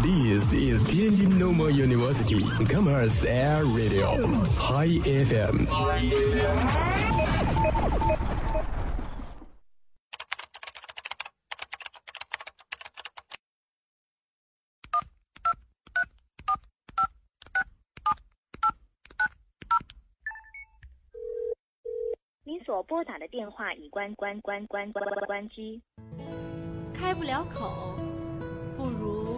This is Tianjin Normal University Commerce Air Radio High FM。 您所拨打的电话已关机， 开不了口，不如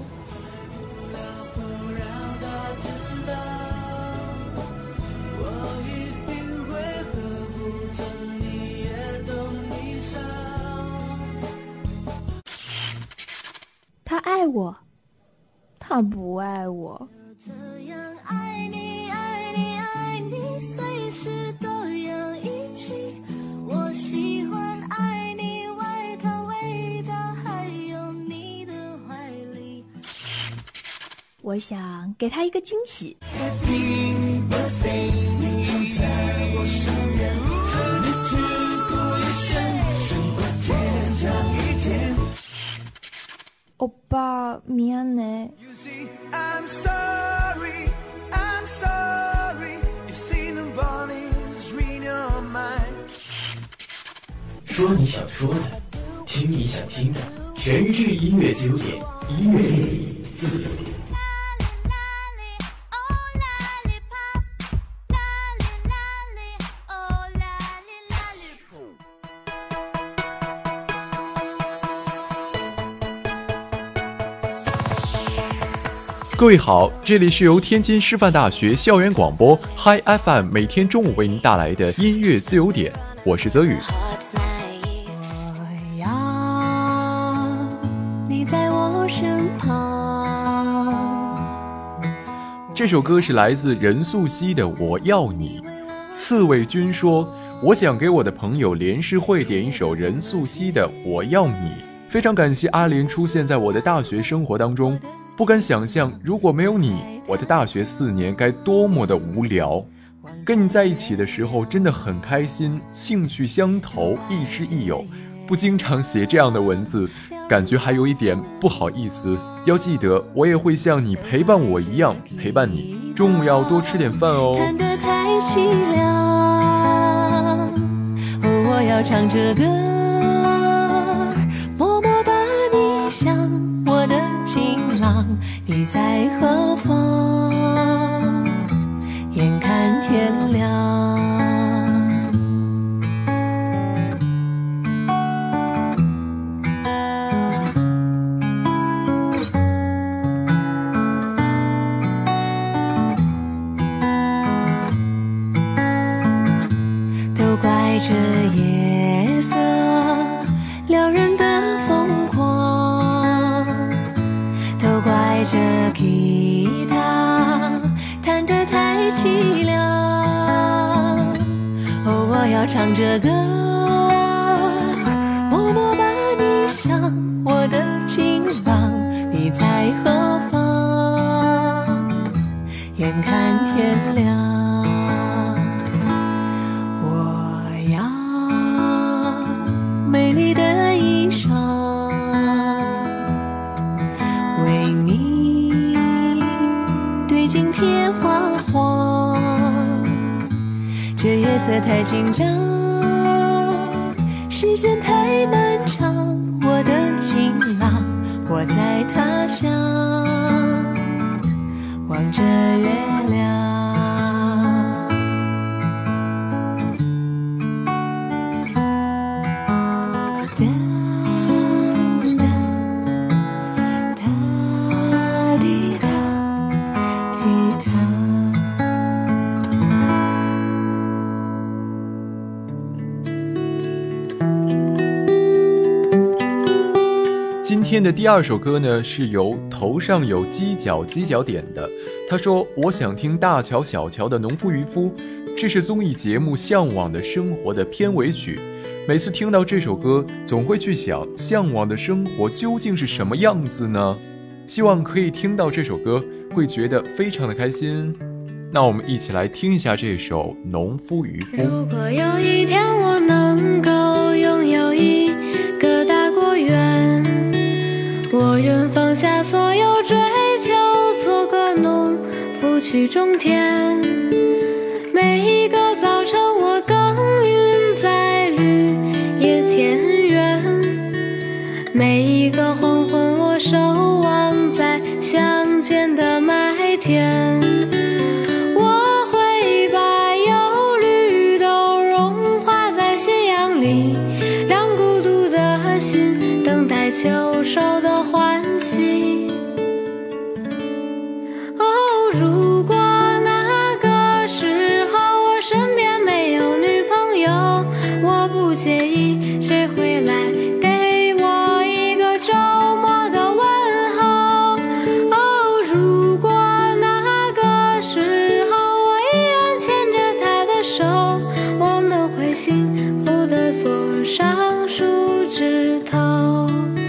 他爱我，他不爱我。 这样爱你爱你爱你，随时都要一起。我喜欢爱你外套味道，还有你的怀里。 我想给他一个惊喜。 Happy birthday， 你就在我身边，和你只过一生，胜过天长一天。 欧巴，미안해。 You see, I'm sorry, I'm sorry. You see the bodies read your mind. 说你想说的，听你想听的，全日制音乐自由点，音乐电影自由点。 各位好，这里是由天津师范大学校园广播 Hi FM 每天中午为您带来的音乐自由点，我是泽宇。 我要你在我身旁。 这首歌是来自任素汐的《我要你》。刺猬君说，我想给我的朋友连诗慧点一首任素汐的《我要你》。非常感谢阿莲出现在我的大学生活当中。不敢想象，如果没有你，我的大学4年该多么的无聊。跟你在一起的时候真的很开心，兴趣相投，亦师亦友。不经常写这样的文字，感觉还有一点不好意思。要记得，我也会像你陪伴我一样陪伴你。中午要多吃点饭哦。 看得太凄凉，我要唱着歌，默默把你想，我的情郎，你在何方？眼看天亮。都怪这夜色撩人的疯狂，都怪这吉他弹得太凄凉。哦，我要唱着歌，默默把你想，我的情郎，你在何方？眼看天亮。美丽的衣裳，为你对镜贴花黄。这夜色太紧张，时间太漫长。我的情郎，我在他乡，望着月亮。 今天的第2首歌呢，是由头上有犄角点的。他说，我想听大乔小乔的农夫渔夫，这是综艺节目向往的生活的片尾曲。每次听到这首歌，总会去想，向往的生活究竟是什么样子呢？希望可以听到这首歌，会觉得非常的开心。那我们一起来听一下这首农夫渔夫。 如果有一天我能够拥有一个大果园，我愿放下所有追去种田。每一个早晨我耕耘在绿野田园，每一个黄昏我守望在乡间的麦田。我会把忧虑都融化在夕阳里，让孤独的心等待秋收的欢喜。如果那个时候我身边没有女朋友，我不介意谁会来给我一个周末的问候。如果那个时候我依然牵着她的手，我们会幸福地坐上树枝头。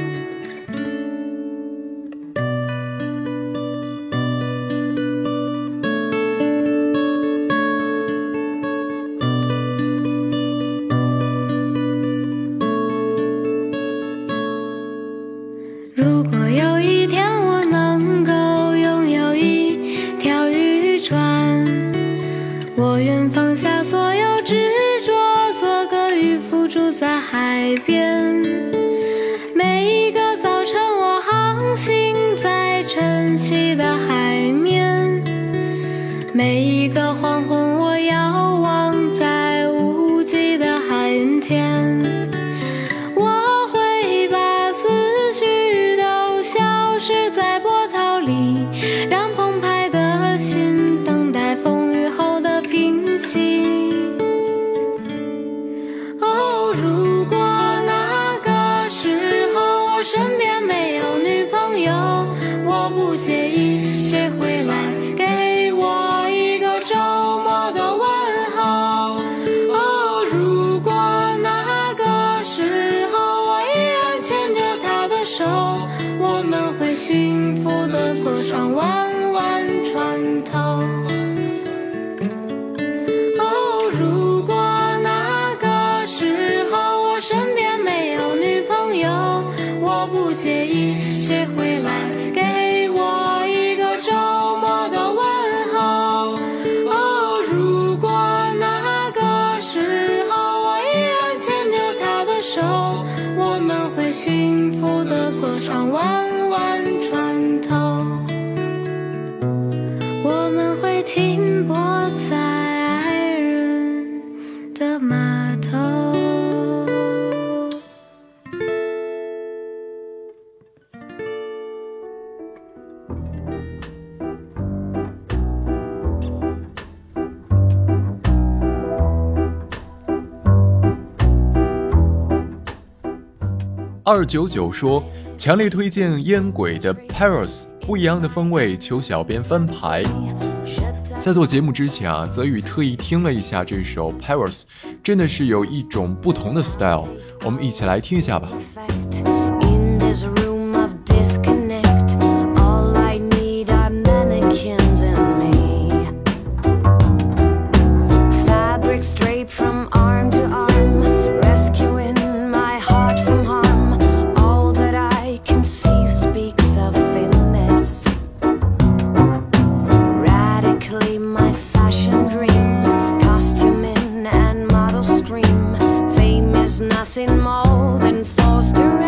如果有一天我能够拥有一条渔船，我愿放下所有执着，做个渔夫住在海边。每一个早晨我航行在晨曦的海面，每一个黄昏我遥望在无际的海云间。我会把思绪都消失在波涛里，让澎湃的心等待风雨后的平息。如果那个时候我身边没有女朋友，我不介意谁会来给我一个周末的问候。如果那个时候我依然牵着她的手，我们会幸福地坐上弯弯船头。如果那个时候我身边没有女朋友，我不介意谁会来给我一个周末的问候。如果那个时候我依然牵着她的手，我们会幸福地坐上弯弯船头。我们会停泊在爱人的码头。 299说，强烈推荐烟鬼的 Paris， 不一样的风味，求小编翻牌。在做节目之前啊，泽宇特意听了一下这首 Paris， 真的是有一种不同的 style， 我们一起来听一下吧。 Nothing more than forced to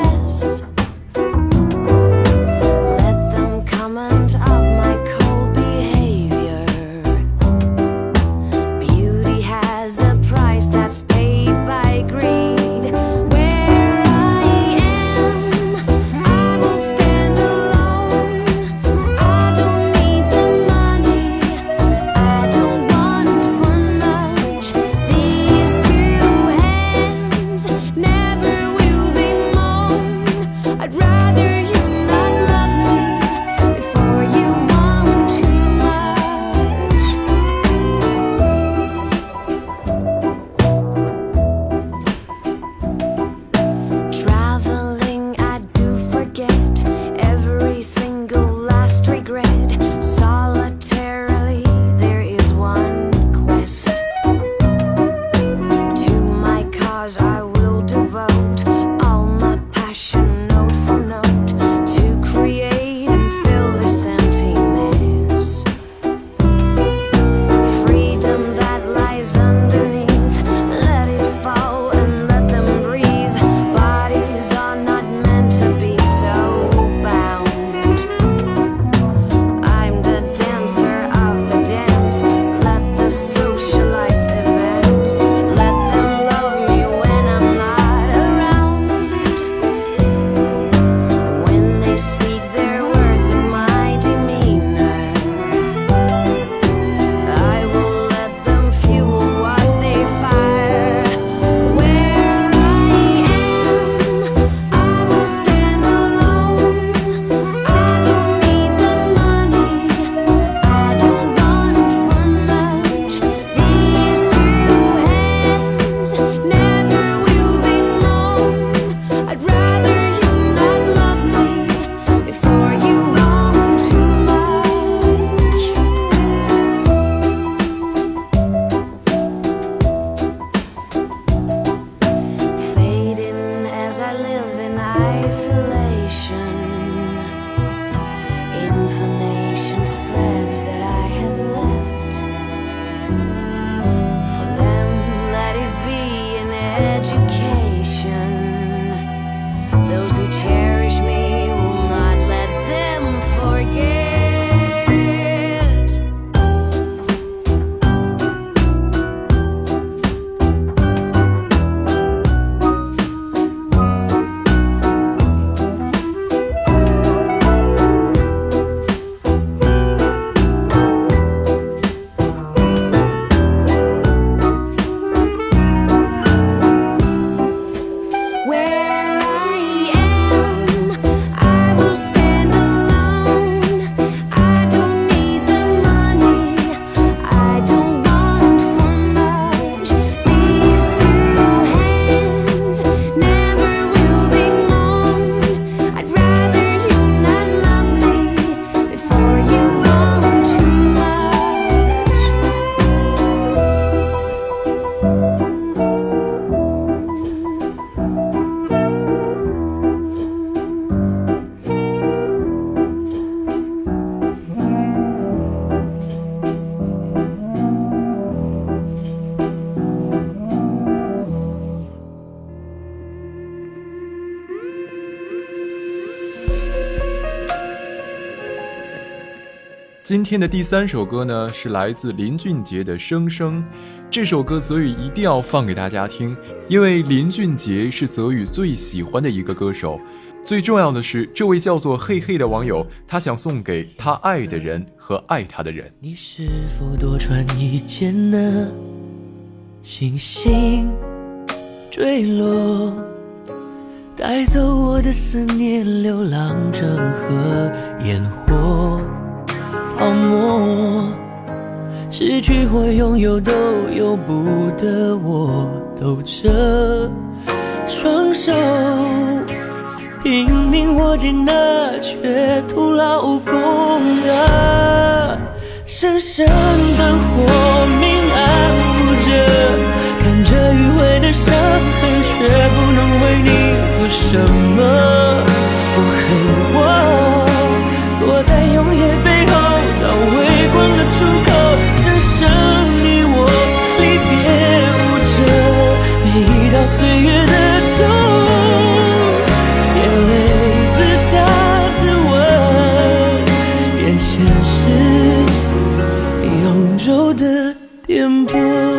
今天的第3首歌呢，是来自林俊杰的《生生》。这首歌泽宇一定要放给大家听，因为林俊杰是泽宇最喜欢的一个歌手。最重要的是，这位叫做嘿嘿的网友，他想送给他爱的人和爱他的人。 你是否多穿一件呢？星星坠落，带走我的思念，流浪成河，烟火泡沫，失去或拥有都由不得我，抖着双手拼命握紧那却徒劳无功啊！深深的火明暗不着，看着迂回的伤痕，却不能为你做什么。我恨我躲在永夜背后，找微光的出口。深深你我离别无着，每一道岁月的痛，眼泪自答自问，眼前是永久的颠簸。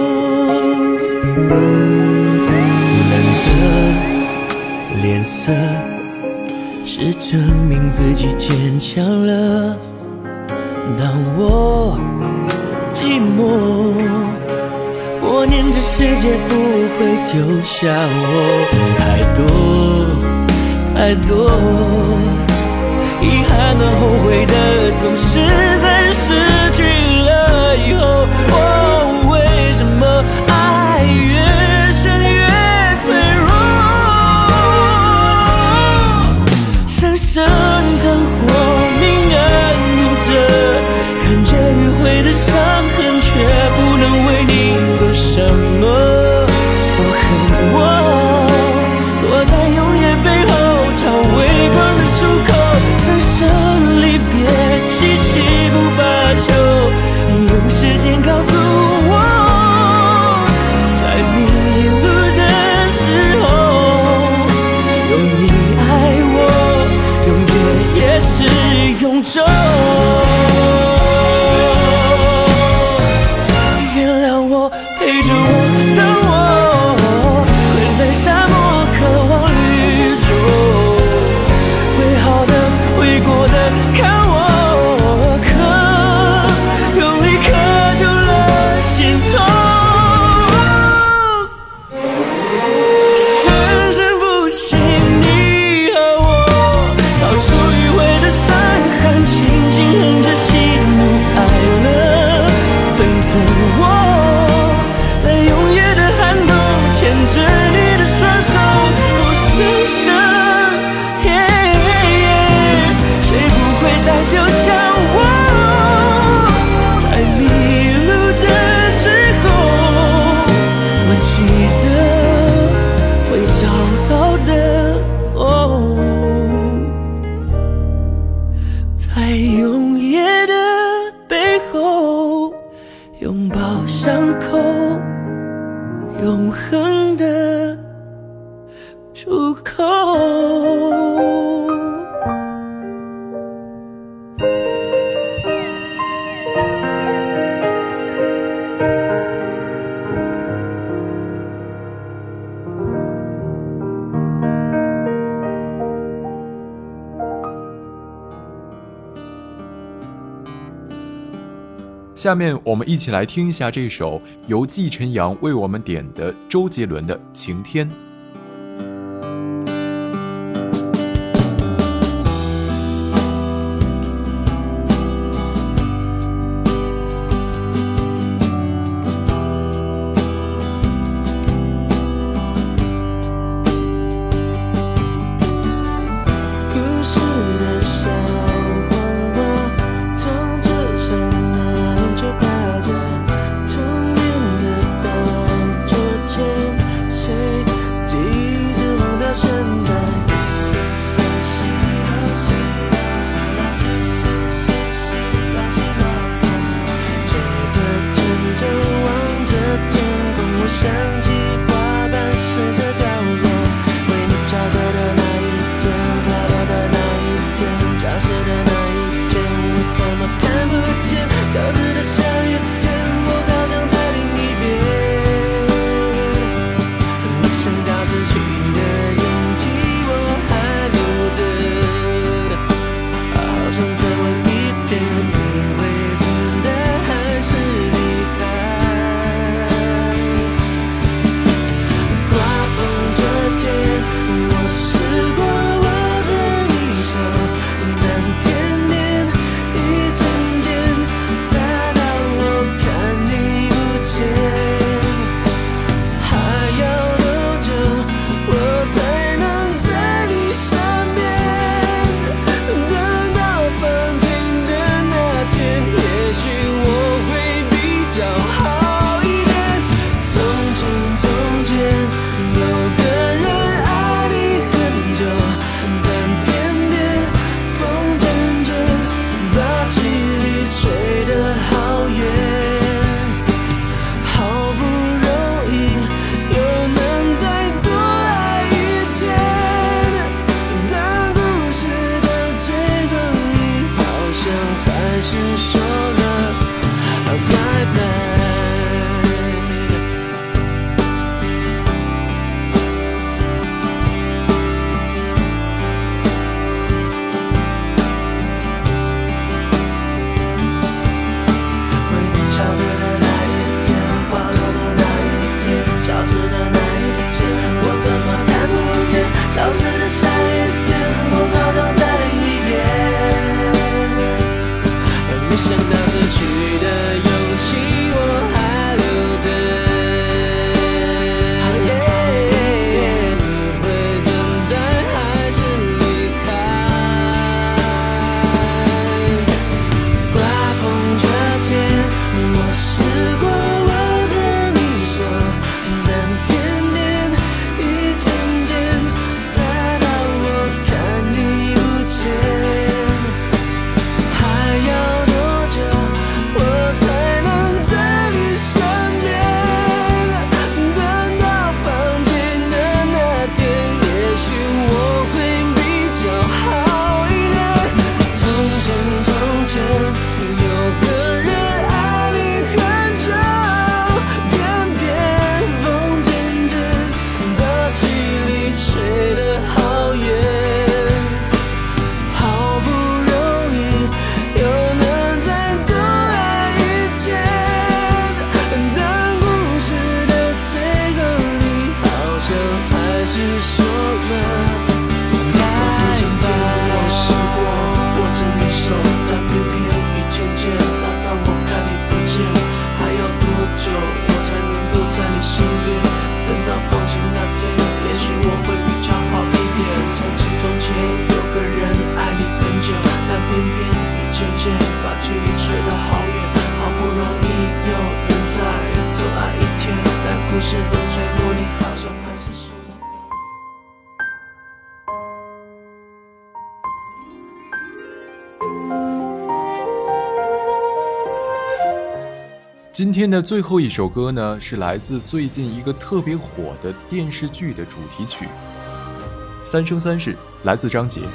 难得脸色是证明自己坚强了，当我寂寞，我念这世界不会丢下我。太多太多遗憾的后悔的，总是在失去了以后。哦，为什么爱越深越脆弱？深深的火明暗不着，看着迂回的伤痕，却不能为你做什么。我恨我躲在永夜背后，找微光的出口。深深离别，唏嘘不罢休，用时间告诉我，在迷路的时候，有你爱我，永远也是永久。原谅我，陪着我，等我，困在沙漠，渴望绿洲，会好的，会过的，看我渴，用力渴就了心痛。深深不信你和我，逃出迂回的伤痕，轻轻哼着喜怒哀乐。等等我，在永夜的寒冬，牵着你的双手，不生生，谁不会再丢下我？在迷路的时候，我记得会找到的。哦，在永夜的背后，拥抱伤口，永恒的出口。 下面我们一起来听一下这首由季晨阳为我们点的周杰伦的《晴天》。 童年的当作前，谁是说了拜拜。消失的下一天，我好像在另一边。没想到失去的勇气我还留着。你会等待还是离开？刮风这天，我试过握着你手，但偏偏一渐渐大到我看你不见。还要多久我才能在你身边？等到放晴的那天，也许我会比较好一点。从前有个人爱你很久，偏偏风渐渐把距离吹得好远。好不容易又能再多爱一天，但故事的最后，你好像还是说了拜拜。我试过握着你手，但偏偏一渐渐大到我看你不见。还要多久我才能够在你身边？等到放晴那天，也许我会比较好一点。从前有个人爱你很久，但偏偏一渐渐把距离吹得好远。好不容易又能再多爱一天，但故事的最后，你好像还是说。 今天的最后一首歌呢，是来自最近一个特别火的电视剧的主题曲《三生三世》，来自张杰。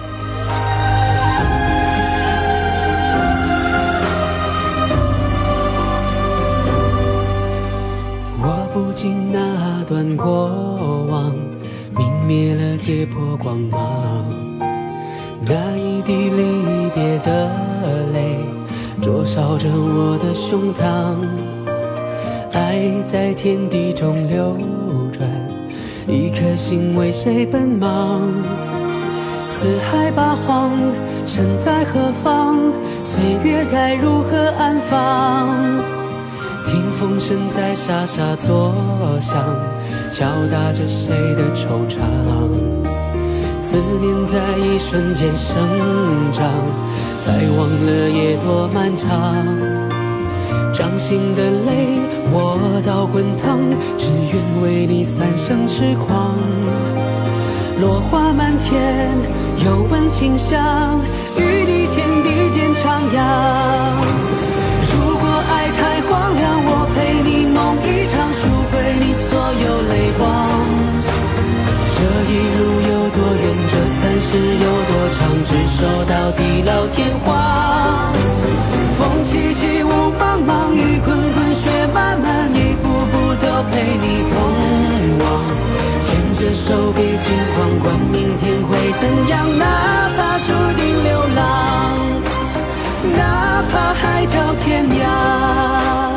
我不禁那段过往，泯灭了结魄光芒。那一滴离别的泪，灼烧着我的胸膛。爱在天地中流转，一颗心为谁奔忙？四海八荒，身在何方？岁月该如何安放？听风声在沙沙作响，敲打着谁的惆怅？思念在一瞬间生长，才忘了夜多漫长。掌心的泪我到滚烫，只愿为你三生痴狂。落花满天，又闻清香，与你天地间徜徉。如果爱太荒凉，我陪你梦一场，赎回你所有泪光。这一路有多远，这三世有多长，执手到地老天荒。风起起，雾茫茫，雨滚滚，雪漫漫，一步步都陪你同往。牵着手别惊慌，管明天会怎样，哪怕注定流浪，哪怕海角天涯。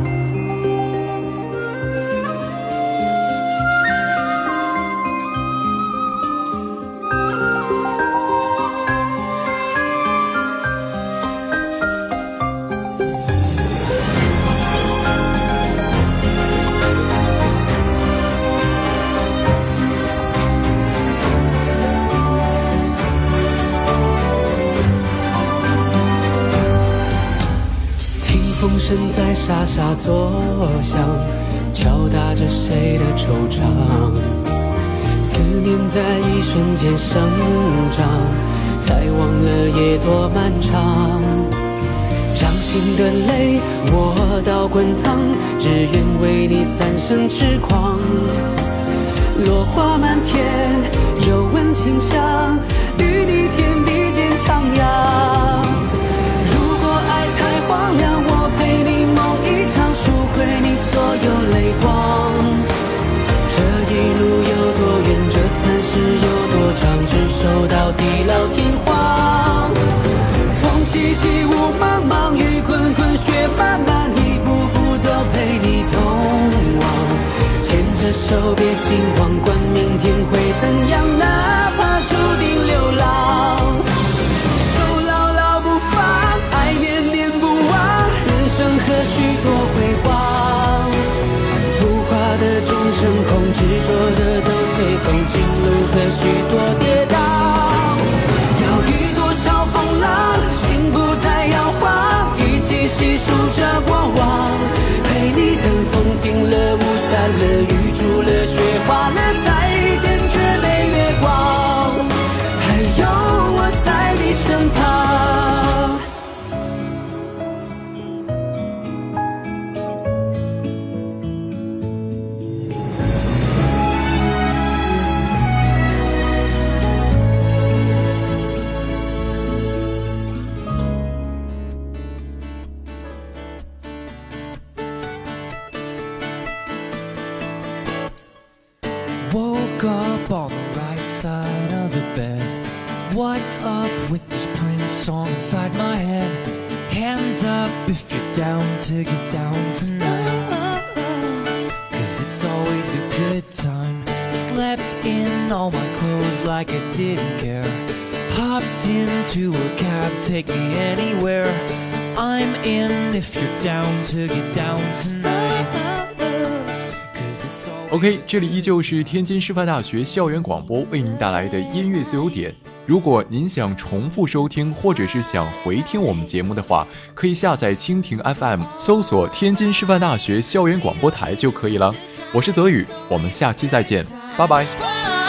风声在沙沙作响，敲打着谁的惆怅。思念在一瞬间生长，才忘了夜多漫长。掌心的泪我到滚烫，只愿为你三生痴狂。落花满天，又闻清香，与你天地间徜徉。如果爱手，别惊慌，管明天会怎样，哪怕注定流浪。手牢牢不放，爱念念不忘，人生何须多辉煌。浮华的终成空，执着的都随风，情路何须多跌宕。要遇多少风浪，心不再摇晃，一起细数着过往。陪你等风停了，雾散了，雨住了，雪化了，再见却没月光，还有我在你身旁。 Woke up on the right side of the bed. What's up with this Prince song inside my head? Hands up if you're down to get down tonight, 'cause it's always a good time. Slept in all my clothes like I didn't care. Hopped into a cab, take me anywhere. I'm in if you're down to get down tonight.OK， 这里依旧是天津师范大学校园广播为您带来的音乐自由点。如果您想重复收听或者是想回听我们节目的话，可以下载蜻蜓 FM， 搜索天津师范大学校园广播台就可以了。我是泽宇，我们下期再见，拜拜。